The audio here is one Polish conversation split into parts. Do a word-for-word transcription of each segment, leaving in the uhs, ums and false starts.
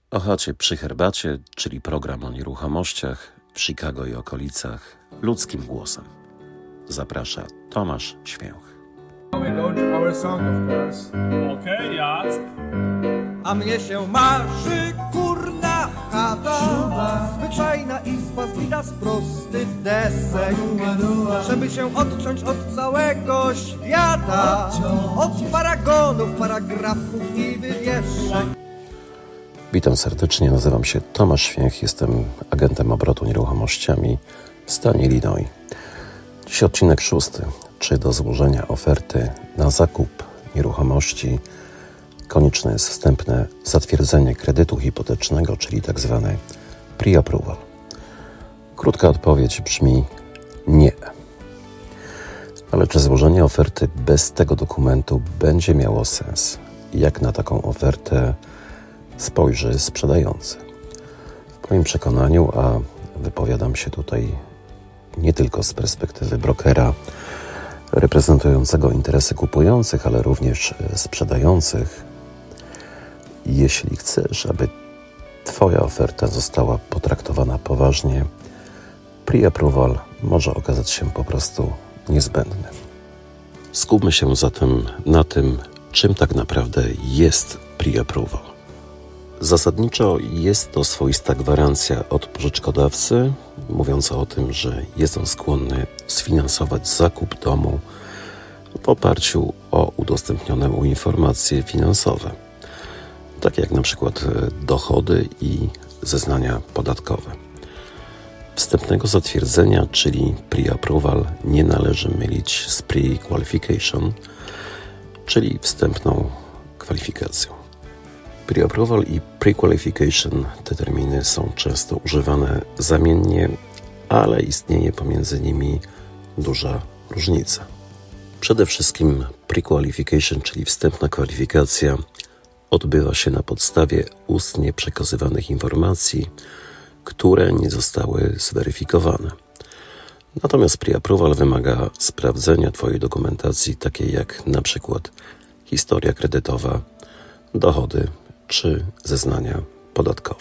O chacie przy herbacie, czyli program o nieruchomościach w Chicago i okolicach ludzkim głosem. Zaprasza Tomasz Święch. Our song, of course. Okej, Jack. A mnie się marzy kurna chata, zwyczajna izba zbita z prostych desek, żeby się odciąć od całego świata, od paragonów, paragrafów i wywieszek. Witam serdecznie, nazywam się Tomasz Święch, jestem agentem obrotu nieruchomościami w stanie Illinois. Dziś odcinek szósty. Czy do złożenia oferty na zakup nieruchomości konieczne jest wstępne zatwierdzenie kredytu hipotecznego, czyli tak zwany pre-approval? Krótka odpowiedź brzmi nie. Ale czy złożenie oferty bez tego dokumentu będzie miało sens? Jak na taką ofertę spojrzy sprzedający? W moim przekonaniu, a wypowiadam się tutaj nie tylko z perspektywy brokera reprezentującego interesy kupujących, ale również sprzedających, jeśli chcesz, aby Twoja oferta została potraktowana poważnie, pre-approval może okazać się po prostu niezbędny. Skupmy się zatem na tym, czym tak naprawdę jest pre-approval. Zasadniczo jest to swoista gwarancja od pożyczkodawcy, mówiąca o tym, że jest on skłonny sfinansować zakup domu w oparciu o udostępnione mu informacje finansowe, takie jak na przykład dochody i zeznania podatkowe. Wstępnego zatwierdzenia, czyli pre-approval, nie należy mylić z pre-qualification, czyli wstępną kwalifikacją. Pre-approval i pre-qualification te terminy są często używane zamiennie, ale istnieje pomiędzy nimi duża różnica. Przede wszystkim pre-qualification, czyli wstępna kwalifikacja, odbywa się na podstawie ustnie przekazywanych informacji, które nie zostały zweryfikowane. Natomiast pre-approval wymaga sprawdzenia Twojej dokumentacji, takiej jak na przykład historia kredytowa, dochody czy zeznania podatkowe.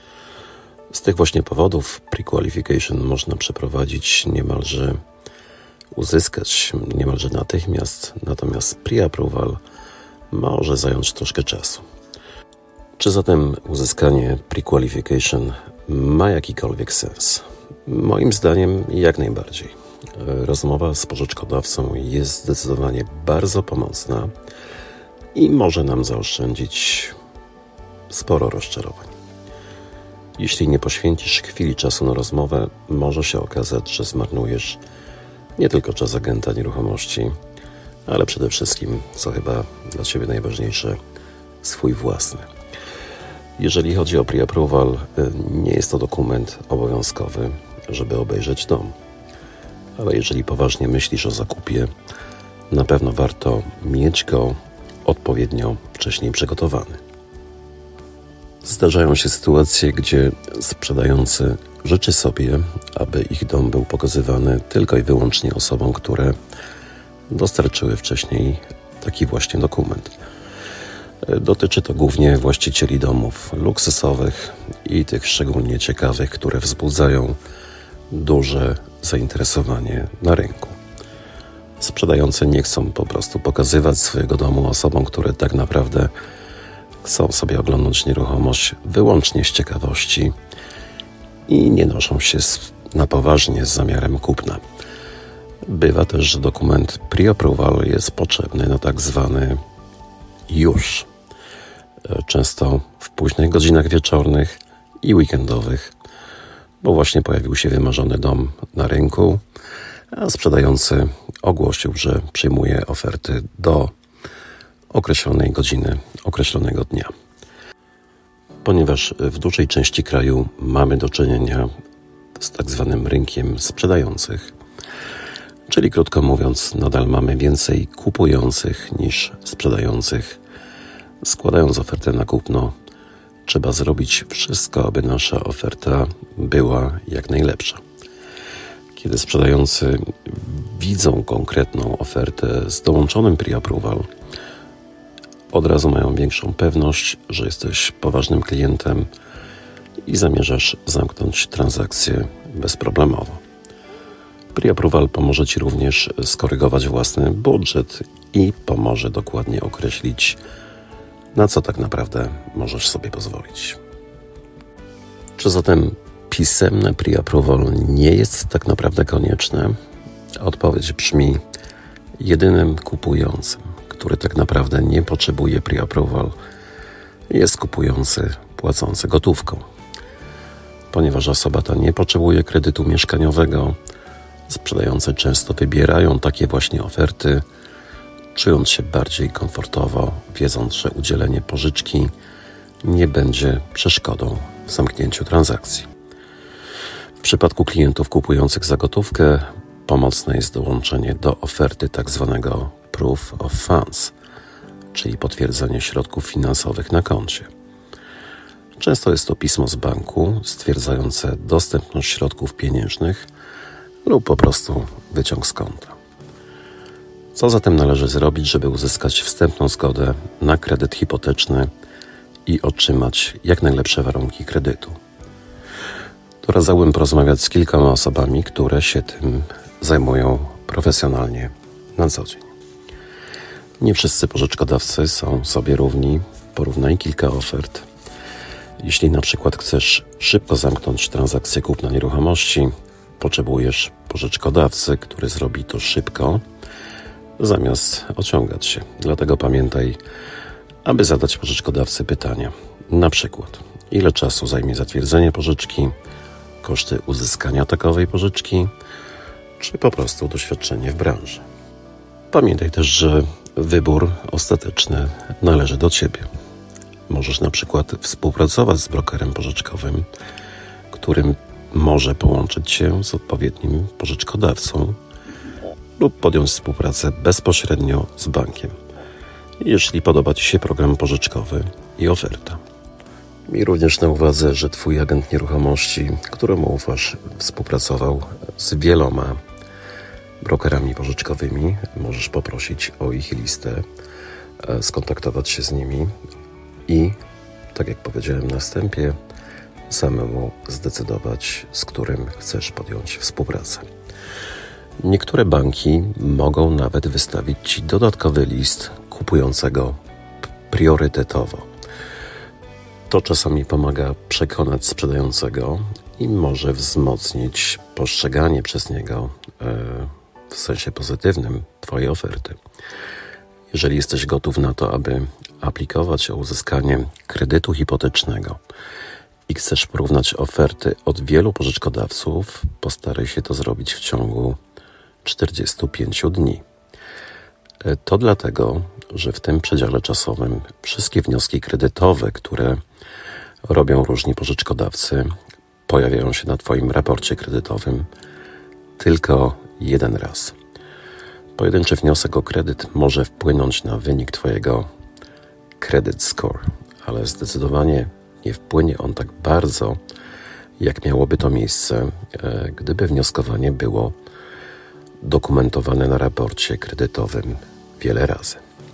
Z tych właśnie powodów pre-qualification można przeprowadzić niemalże, uzyskać niemalże natychmiast, natomiast pre-approval może zająć troszkę czasu. Czy zatem uzyskanie pre-qualification ma jakikolwiek sens? Moim zdaniem jak najbardziej. Rozmowa z pożyczkodawcą jest zdecydowanie bardzo pomocna i może nam zaoszczędzić sporo rozczarowań. Jeśli nie poświęcisz chwili czasu na rozmowę, może się okazać, że zmarnujesz nie tylko czas agenta nieruchomości, ale przede wszystkim, co chyba dla Ciebie najważniejsze, swój własny. Jeżeli chodzi o pre-approval, nie jest to dokument obowiązkowy, żeby obejrzeć dom. Ale jeżeli poważnie myślisz o zakupie, na pewno warto mieć go odpowiednio wcześniej przygotowany. Zdarzają się sytuacje, gdzie sprzedający życzy sobie, aby ich dom był pokazywany tylko i wyłącznie osobom, które dostarczyły wcześniej taki właśnie dokument. Dotyczy to głównie właścicieli domów luksusowych i tych szczególnie ciekawych, które wzbudzają duże zainteresowanie na rynku. Sprzedający nie chcą po prostu pokazywać swojego domu osobom, które tak naprawdę chcą sobie oglądać nieruchomość wyłącznie z ciekawości i nie noszą się na poważnie z zamiarem kupna. Bywa też, że dokument pre-approval jest potrzebny na tak zwany już. Często w późnych godzinach wieczornych i weekendowych, bo właśnie pojawił się wymarzony dom na rynku, a sprzedający ogłosił, że przyjmuje oferty do określonej godziny, określonego dnia. Ponieważ w dużej części kraju mamy do czynienia z tak zwanym rynkiem sprzedających, czyli krótko mówiąc, nadal mamy więcej kupujących niż sprzedających. Składając ofertę na kupno, trzeba zrobić wszystko, aby nasza oferta była jak najlepsza. Kiedy sprzedający widzą konkretną ofertę z dołączonym pre-approval, od razu mają większą pewność, że jesteś poważnym klientem i zamierzasz zamknąć transakcję bezproblemowo. Pre-approval pomoże Ci również skorygować własny budżet i pomoże dokładnie określić, na co tak naprawdę możesz sobie pozwolić. Czy zatem pisemne pre-approval nie jest tak naprawdę konieczne? Odpowiedź brzmi: jedynym kupującym, który tak naprawdę nie potrzebuje pre-approval, jest kupujący płacący gotówką. Ponieważ osoba ta nie potrzebuje kredytu mieszkaniowego, sprzedający często wybierają takie właśnie oferty, czując się bardziej komfortowo, wiedząc, że udzielenie pożyczki nie będzie przeszkodą w zamknięciu transakcji. W przypadku klientów kupujących za gotówkę pomocne jest dołączenie do oferty tzw. Proof of Funds, czyli potwierdzenie środków finansowych na koncie. Często jest to pismo z banku stwierdzające dostępność środków pieniężnych lub po prostu wyciąg z konta. Co zatem należy zrobić, żeby uzyskać wstępną zgodę na kredyt hipoteczny i otrzymać jak najlepsze warunki kredytu? Doradzałbym porozmawiać z kilkoma osobami, które się tym zajmują profesjonalnie na co dzień. Nie wszyscy pożyczkodawcy są sobie równi. Porównaj kilka ofert. Jeśli na przykład chcesz szybko zamknąć transakcję kupna nieruchomości, potrzebujesz pożyczkodawcy, który zrobi to szybko, zamiast ociągać się. Dlatego pamiętaj, aby zadać pożyczkodawcy pytania. Na przykład, ile czasu zajmie zatwierdzenie pożyczki, koszty uzyskania takowej pożyczki, czy po prostu doświadczenie w branży. Pamiętaj też, że wybór ostateczny należy do Ciebie. Możesz na przykład współpracować z brokerem pożyczkowym, którym może połączyć się z odpowiednim pożyczkodawcą lub podjąć współpracę bezpośrednio z bankiem, jeśli podoba Ci się program pożyczkowy i oferta. Miej również na uwadze, że Twój agent nieruchomości, któremu ufasz, współpracował z wieloma brokerami pożyczkowymi. Możesz poprosić o ich listę, skontaktować się z nimi i, tak jak powiedziałem na wstępie, samemu zdecydować, z którym chcesz podjąć współpracę. Niektóre banki mogą nawet wystawić Ci dodatkowy list kupującego priorytetowo. To czasami pomaga przekonać sprzedającego i może wzmocnić postrzeganie przez niego w sensie pozytywnym Twojej oferty. Jeżeli jesteś gotów na to, aby aplikować o uzyskanie kredytu hipotecznego i chcesz porównać oferty od wielu pożyczkodawców, postaraj się to zrobić w ciągu czterdziestu pięciu dni. To dlatego, że w tym przedziale czasowym wszystkie wnioski kredytowe, które robią różni pożyczkodawcy, pojawiają się na Twoim raporcie kredytowym tylko jeden raz. Pojedynczy wniosek o kredyt może wpłynąć na wynik Twojego credit score, ale zdecydowanie nie wpłynie on tak bardzo, jak miałoby to miejsce, gdyby wnioskowanie było dokumentowane na raporcie kredytowym wiele razy.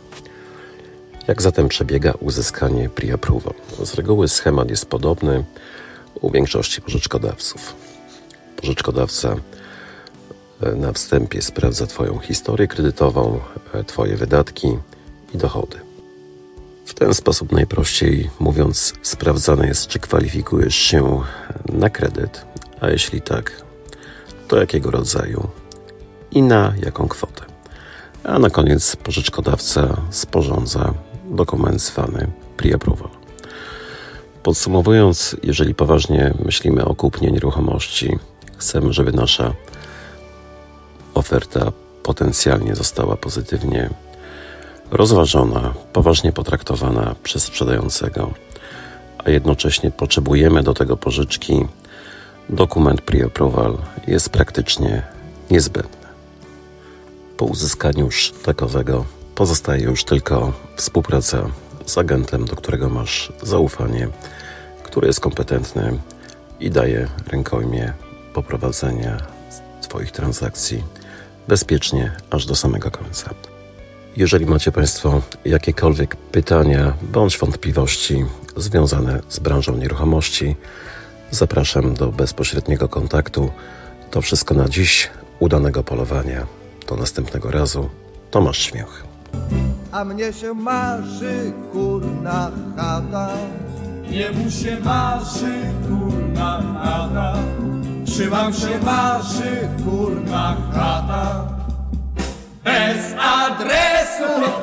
Jak zatem przebiega uzyskanie pre-approval? Z reguły schemat jest podobny u większości pożyczkodawców. Pożyczkodawca na wstępie sprawdza Twoją historię kredytową, Twoje wydatki i dochody. W ten sposób, najprościej mówiąc, sprawdzane jest, czy kwalifikujesz się na kredyt, a jeśli tak, to jakiego rodzaju i na jaką kwotę. A na koniec pożyczkodawca sporządza dokument zwany pre-approval. Podsumowując, jeżeli poważnie myślimy o kupnie nieruchomości, chcemy, żeby nasza oferta potencjalnie została pozytywnie rozważona, poważnie potraktowana przez sprzedającego, a jednocześnie potrzebujemy do tego pożyczki, dokument pre-approval jest praktycznie niezbędny. Po uzyskaniu już takowego pozostaje już tylko współpraca z agentem, do którego masz zaufanie, który jest kompetentny i daje rękojmię poprowadzenia Twoich transakcji bezpiecznie aż do samego końca. Jeżeli macie Państwo jakiekolwiek pytania bądź wątpliwości związane z branżą nieruchomości, zapraszam do bezpośredniego kontaktu. To wszystko na dziś. Udanego polowania. Do następnego razu. Tomasz Śmiech. A mnie się marzy kurna chata. Jemu się marzy kurna chata. Czy wam się marzy kurna chata? Bez adresu